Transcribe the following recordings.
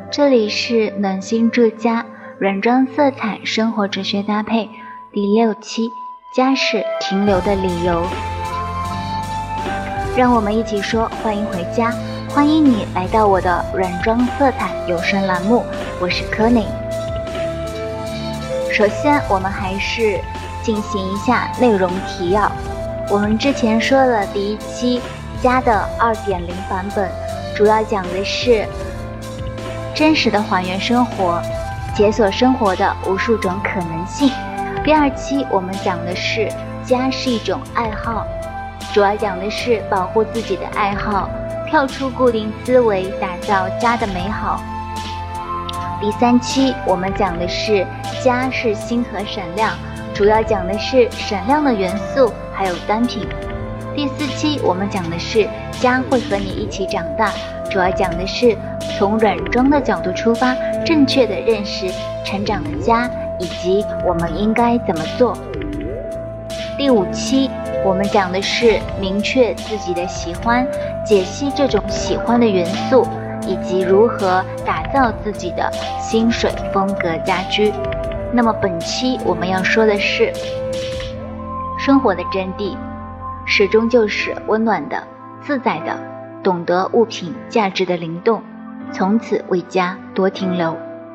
这里是暖心住家软装色彩生活哲学搭配第6期，家是停留的理由。让我们一起说欢迎回家，欢迎你来到我的软装色彩有声栏目，我是柯宁。首先我们还是进行一下内容提要。我们之前说了第1期家的 2.0 版本，主要讲的是真实的还原生活，解锁生活的无数种可能性。第2期我们讲的是家是一种爱好，主要讲的是保护自己的爱好，跳出固定思维，打造家的美好。第3期我们讲的是家是星河闪亮，主要讲的是闪亮的元素还有单品。第4期我们讲的是家会和你一起长大，主要讲的是从软装的角度出发，正确的认识成长的家以及我们应该怎么做。第5期我们讲的是明确自己的喜欢，解析这种喜欢的元素，以及如何打造自己的薪水风格家居。那么本期我们要说的是生活的真谛，始终就是温暖的、自在的，懂得物品价值的灵动，从此为家多停留。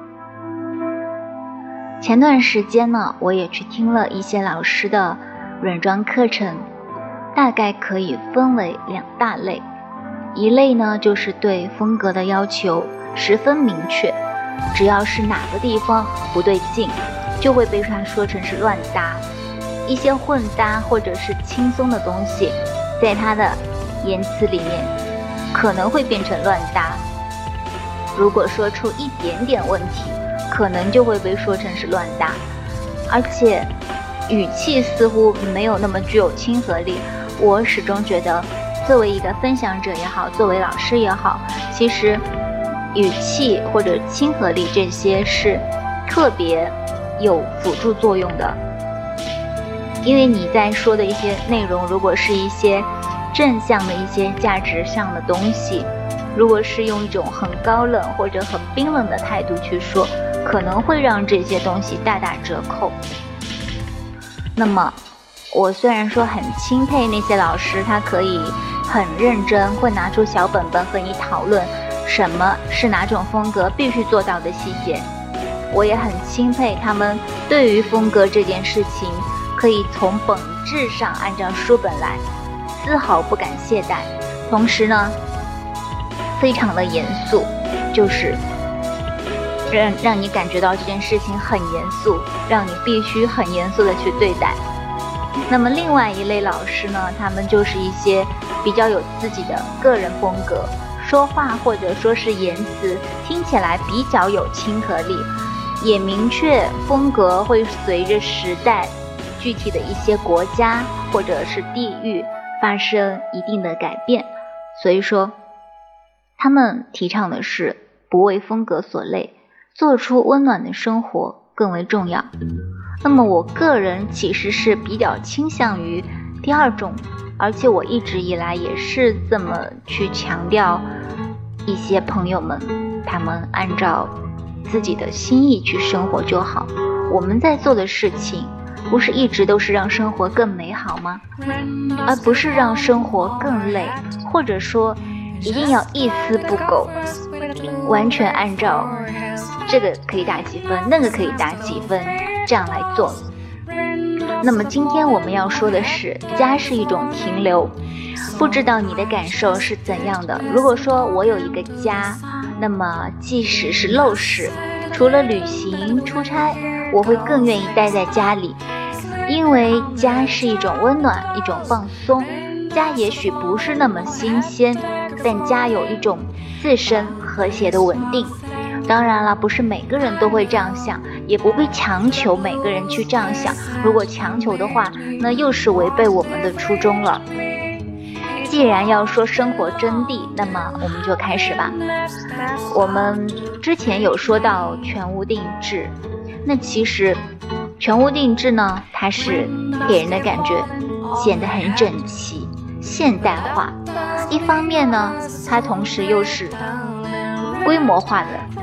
前段时间呢，我也去听了一些老师的软装课程，大概可以分为2大类。一类呢，就是对风格的要求十分明确，只要是哪个地方不对劲，就会被他说成是乱搭。一些混搭或者是轻松的东西，在他的言辞里面可能会变成乱搭。如果说出一点点问题，可能就会被说成是乱搭，而且语气似乎没有那么具有亲和力。我始终觉得作为一个分享者也好，作为老师也好，其实语气或者亲和力这些是特别有辅助作用的。因为你在说的一些内容，如果是一些正向的一些价值上的东西，如果是用一种很高冷或者很冰冷的态度去说，可能会让这些东西大打折扣。那么我虽然说很钦佩那些老师，他可以很认真，会拿出小本本和你讨论什么是哪种风格必须做到的细节，我也很钦佩他们对于风格这件事情可以从本质上按照书本来，丝毫不敢懈怠，同时呢非常的严肃，就是让你感觉到这件事情很严肃，让你必须很严肃的去对待。那么另外一类老师呢，他们就是一些比较有自己的个人风格，说话或者说是言辞听起来比较有亲和力，也明确风格会随着时代具体的一些国家或者是地域发生一定的改变，所以说他们提倡的是不为风格所累，做出温暖的生活更为重要。那么我个人其实是比较倾向于第2种，而且我一直以来也是这么去强调，一些朋友们他们按照自己的心意去生活就好。我们在做的事情不是一直都是让生活更美好吗？而不是让生活更累，或者说一定要一丝不苟，完全按照这个可以打几分，那个可以打几分，这样来做。那么今天我们要说的是家是一种停留，不知道你的感受是怎样的。如果说我有一个家，那么即使是陋室，除了旅行出差，我会更愿意待在家里，因为家是一种温暖，一种放松。家也许不是那么新鲜，但家有一种自身和谐的稳定。当然了，不是每个人都会这样想，也不会强求每个人去这样想，如果强求的话，那又是违背我们的初衷了。既然要说生活真谛，那么我们就开始吧。我们之前有说到全屋定制，那其实全屋定制呢，它是给人的感觉显得很整齐现代化，一方面呢它同时又是规模化的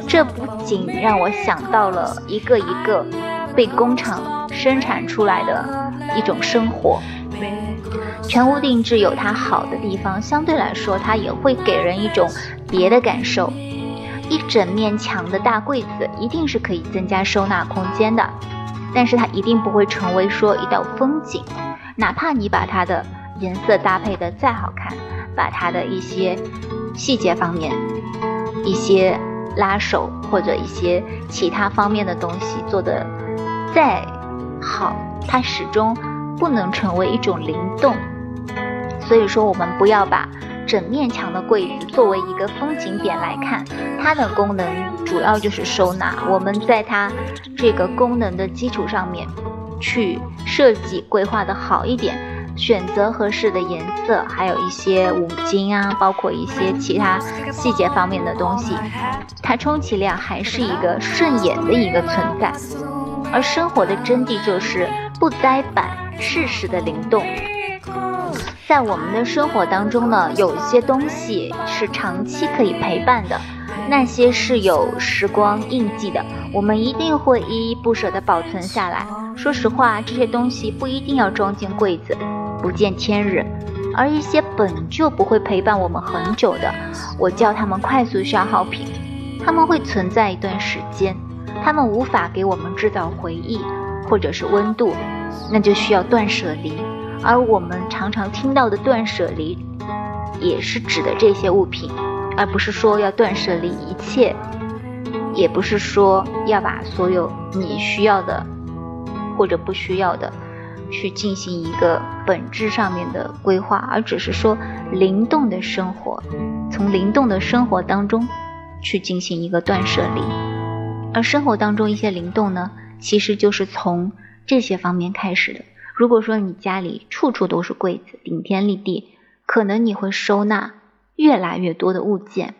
这不仅让我想到了一个一个被工厂生产出来的一种生活。全屋定制有它好的地方，相对来说它也会给人一种别的感受。一整面墙的大柜子一定是可以增加收纳空间的，但是它一定不会成为说一道风景。哪怕你把它的颜色搭配的再好看，把它的一些细节方面，一些拉手或者一些其他方面的东西做得再好，它始终不能成为一种灵动。所以说我们不要把整面墙的柜子作为一个风景点来看，它的功能主要就是收纳。我们在它这个功能的基础上面去设计规划的好一点，选择合适的颜色，还有一些五金啊，包括一些其他细节方面的东西，它充其量还是一个顺眼的一个存在。而生活的真谛就是不呆板，适时的灵动。在我们的生活当中呢，有一些东西是长期可以陪伴的，那些是有时光印记的，我们一定会依依不舍地保存下来。说实话，这些东西不一定要装进柜子，不见天日，而一些本就不会陪伴我们很久的，我叫它们快速消耗品。它们会存在一段时间，它们无法给我们制造回忆或者是温度，那就需要断舍离。而我们常常听到的断舍离也是指的这些物品，而不是说要断舍离一切，也不是说要把所有你需要的或者不需要的去进行一个本质上面的规划，而只是说灵动的生活，从灵动的生活当中去进行一个断舍离。而生活当中一些灵动呢，其实就是从这些方面开始的。如果说你家里处处都是柜子，顶天立地，可能你会收纳越来越多的物件，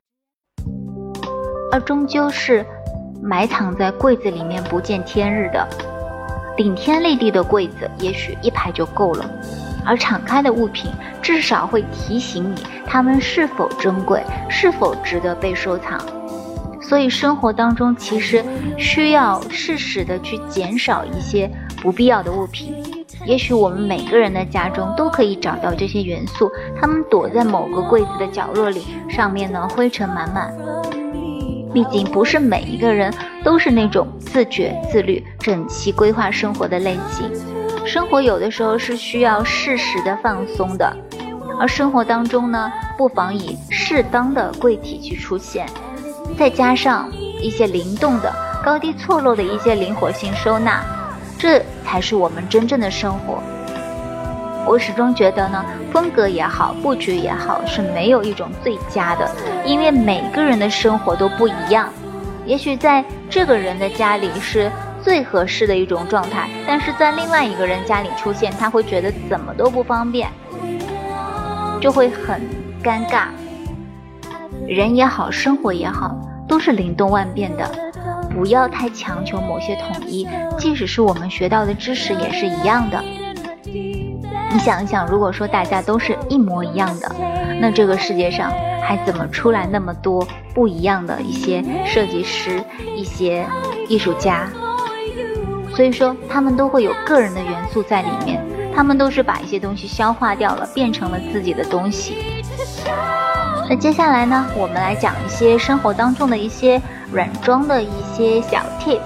而终究是埋藏在柜子里面不见天日的。顶天立地的柜子也许一排就够了，而敞开的物品至少会提醒你它们是否珍贵，是否值得被收藏。所以生活当中其实需要适时的去减少一些不必要的物品。也许我们每个人的家中都可以找到这些元素，它们躲在某个柜子的角落里，上面呢灰尘满满。毕竟不是每一个人都是那种自觉自律整齐规划生活的类型，生活有的时候是需要适时的放松的，而生活当中呢不妨以适当的柜体去出现，再加上一些灵动的高低错落的一些灵活性收纳，这才是我们真正的生活。我始终觉得呢，风格也好，布局也好，是没有一种最佳的，因为每个人的生活都不一样。也许在这个人的家里是最合适的一种状态，但是在另外一个人家里出现，他会觉得怎么都不方便，就会很尴尬。人也好，生活也好，都是灵动万变的，不要太强求某些统一，即使是我们学到的知识也是一样的。你想一想，如果说大家都是一模一样的，那这个世界上还怎么出来那么多不一样的一些设计师，一些艺术家？所以说他们都会有个人的元素在里面，他们都是把一些东西消化掉了，变成了自己的东西。那接下来呢，我们来讲一些生活当中的一些软装的一些小 tips。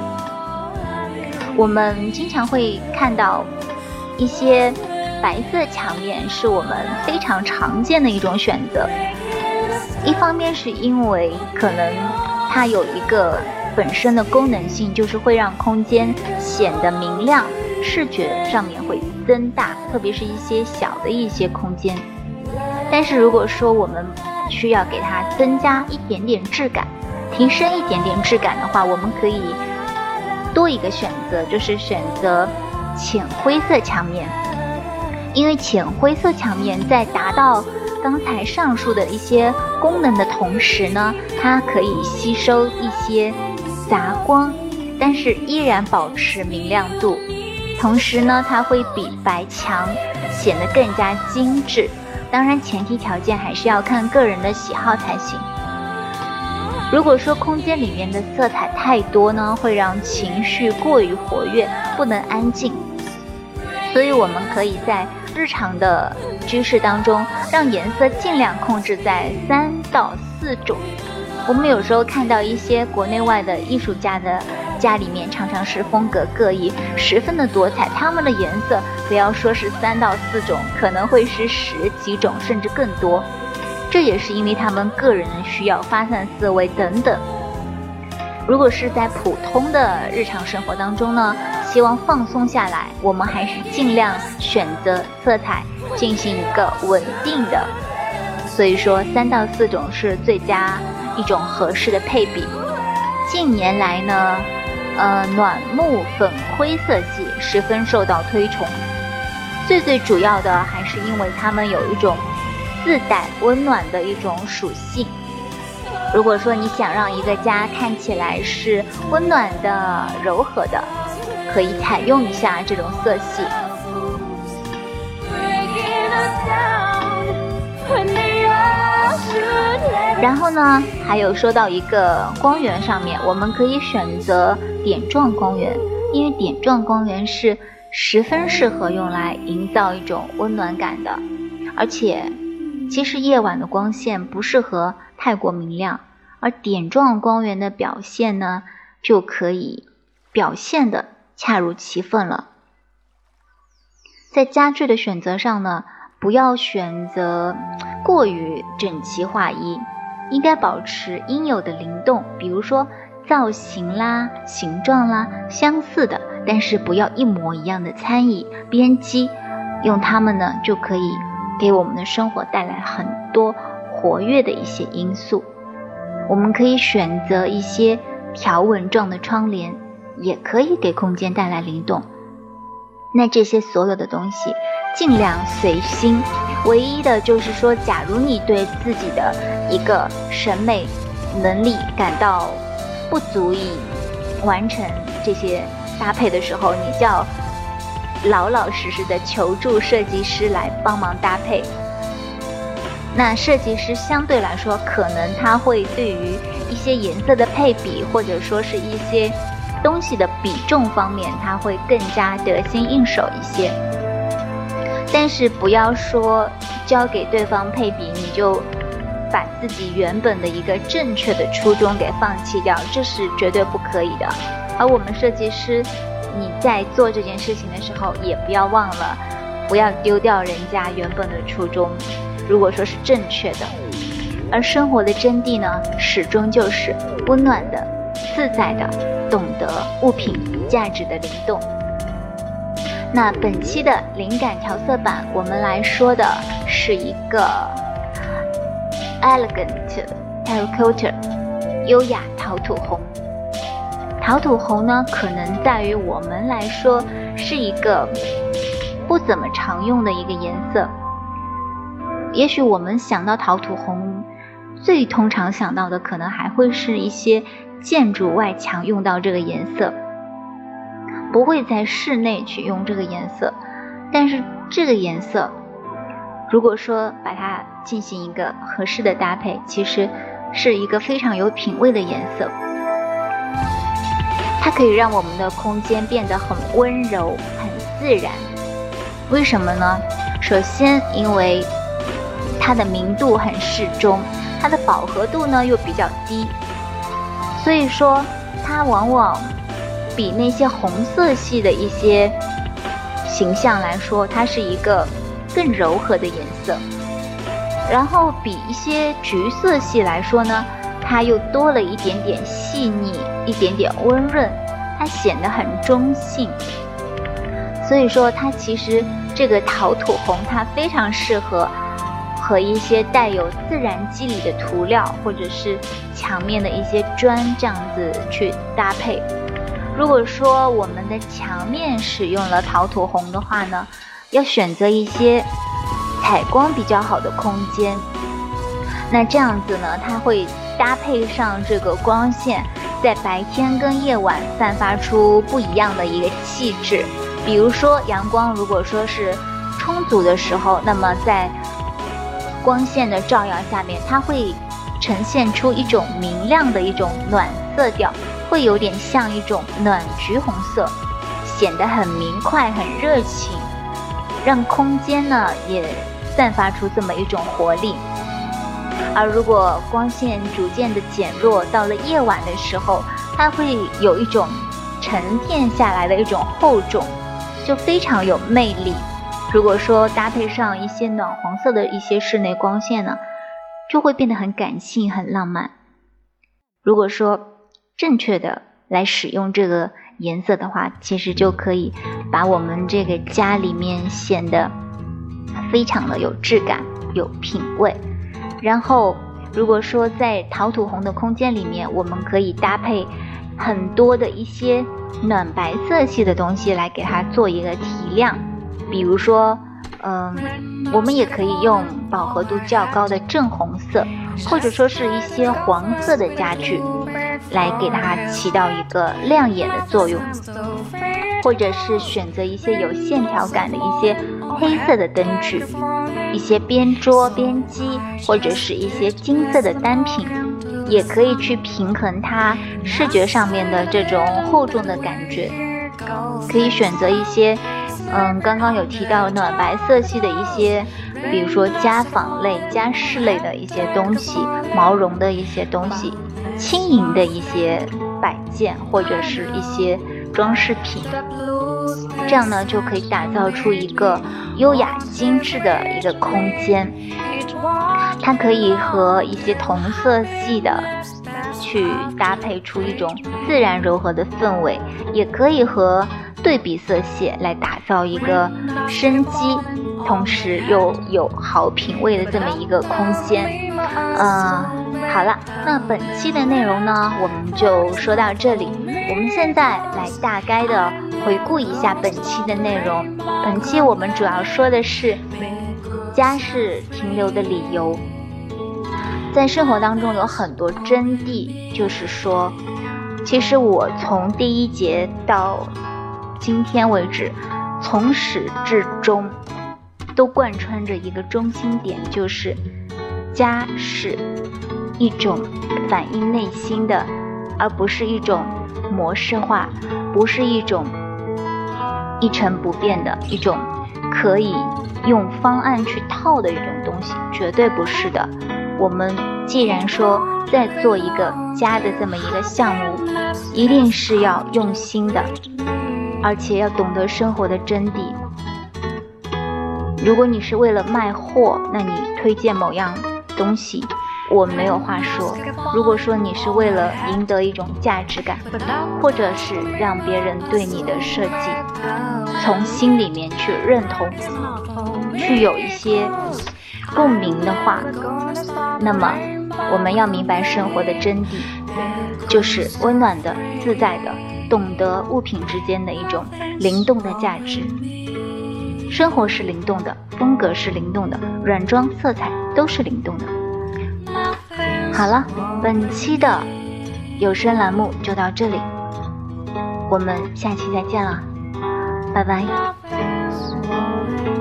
我们经常会看到一些白色墙面是我们非常常见的一种选择，一方面是因为可能它有一个本身的功能性，就是会让空间显得明亮，视觉上面会增大，特别是一些小的一些空间。但是如果说我们需要给它增加一点点质感，提升一点点质感的话，我们可以多一个选择，就是选择浅灰色墙面。因为浅灰色墙面在达到刚才上述的一些功能的同时呢，它可以吸收一些杂光，但是依然保持明亮度，同时呢它会比白墙显得更加精致。当然前提条件还是要看个人的喜好才行。 如果说空间里面的色彩太多呢，会让情绪过于活跃，不能安静。所以我们可以在日常的居室当中，让颜色尽量控制在3到4种。我们有时候看到一些国内外的艺术家的家里面，常常是风格各异，十分的多彩。他们的颜色不要说是3到4种，可能会是10几种，甚至更多。这也是因为他们个人的需要、发散思维等等。如果是在普通的日常生活当中呢，希望放松下来，我们还是尽量选择色彩进行一个稳定的。所以说3到4种是最佳一种合适的配比。近年来呢，暖木粉灰色系十分受到推崇，最主要的还是因为它们有一种自带温暖的一种属性。如果说你想让一个家看起来是温暖的、柔和的，可以采用一下这种色系。然后呢，还有说到一个光源上面，我们可以选择点状光源，因为点状光源是十分适合用来营造一种温暖感的。而且其实夜晚的光线不适合太过明亮，而点状光源的表现呢，就可以表现的恰如其分了。在家具的选择上呢，不要选择过于整齐划一，应该保持应有的灵动，比如说造型啦、形状啦相似的，但是不要一模一样的参与编辑，用它们呢就可以给我们的生活带来很多活跃的一些因素。我们可以选择一些条纹状的窗帘，也可以给空间带来灵动。那这些所有的东西尽量随心，唯一的就是说，假如你对自己的一个审美能力感到不足以完成这些搭配的时候，你就要老老实实的求助设计师来帮忙搭配。那设计师相对来说，可能他会对于一些颜色的配比，或者说是一些东西的比重方面，他会更加得心应手一些。但是不要说交给对方配比，你就把自己原本的一个正确的初衷给放弃掉，这是绝对不可以的。而我们设计师，你在做这件事情的时候，也不要忘了，不要丢掉人家原本的初衷，如果说是正确的。而生活的真谛呢，始终就是温暖的、自在的，懂得物品价值的灵动。那本期的灵感调色板，我们来说的是一个 Elegant Terracotta 优雅陶土红。陶土红呢，可能在于我们来说是一个不怎么常用的一个颜色。也许我们想到陶土红，最通常想到的可能还会是一些建筑外墙用到这个颜色，不会在室内去用这个颜色。但是这个颜色如果说把它进行一个合适的搭配，其实是一个非常有品味的颜色。它可以让我们的空间变得很温柔、很自然。为什么呢？首先因为它的明度很适中，它的饱和度呢又比较低，所以说它往往比那些红色系的一些形象来说，它是一个更柔和的颜色。然后比一些橘色系来说呢，它又多了一点点细腻，一点点温润，它显得很中性。所以说它其实这个陶土红，它非常适合和一些带有自然肌理的涂料，或者是墙面的一些砖这样子去搭配。如果说我们的墙面使用了陶土红的话呢，要选择一些采光比较好的空间。那这样子呢，它会搭配上这个光线，在白天跟夜晚散发出不一样的一个气质。比如说阳光如果说是充足的时候，那么在光线的照耀下面，它会呈现出一种明亮的一种暖色调，会有点像一种暖橘红色，显得很明快很热情，让空间呢也散发出这么一种活力。而如果光线逐渐的减弱，到了夜晚的时候，它会有一种沉淀下来的一种厚重，就非常有魅力。如果说搭配上一些暖黄色的一些室内光线呢，就会变得很感性很浪漫。如果说正确的来使用这个颜色的话，其实就可以把我们这个家里面显得非常的有质感有品味。然后如果说在陶土红的空间里面，我们可以搭配很多的一些暖白色系的东西来给它做一个提亮。比如说我们也可以用饱和度较高的正红色，或者说是一些黄色的家具来给它起到一个亮眼的作用，或者是选择一些有线条感的一些黑色的灯具，一些边桌边机，或者是一些金色的单品，也可以去平衡它视觉上面的这种厚重的感觉。可以选择一些刚刚有提到暖白色系的一些，比如说家纺类家饰类的一些东西，毛绒的一些东西，轻盈的一些摆件，或者是一些装饰品，这样呢就可以打造出一个优雅精致的一个空间。它可以和一些同色系的去搭配出一种自然柔和的氛围，也可以和对比色系来打造一个生机同时又有好品味的这么一个空间。好了，那本期的内容呢我们就说到这里。我们现在来大概的回顾一下本期的内容。本期我们主要说的是家是停留的理由。在生活当中有很多真谛，就是说其实我从第一节到今天为止，从始至终都贯穿着一个中心点，就是家是一种反映内心的，而不是一种模式化，不是一种一成不变的一种可以用方案去套的一种东西，绝对不是的。我们既然说在做一个家的这么一个项目，一定是要用心的，而且要懂得生活的真谛。如果你是为了卖货，那你推荐某样东西，我没有话说。如果说你是为了赢得一种价值感，或者是让别人对你的设计从心里面去认同，去有一些共鸣的话，那么我们要明白生活的真谛，就是温暖的自在的，懂得物品之间的一种灵动的价值。生活是灵动的，风格是灵动的，软装色彩都是灵动的。好了，本期的有声栏目就到这里，我们下期再见了，拜拜。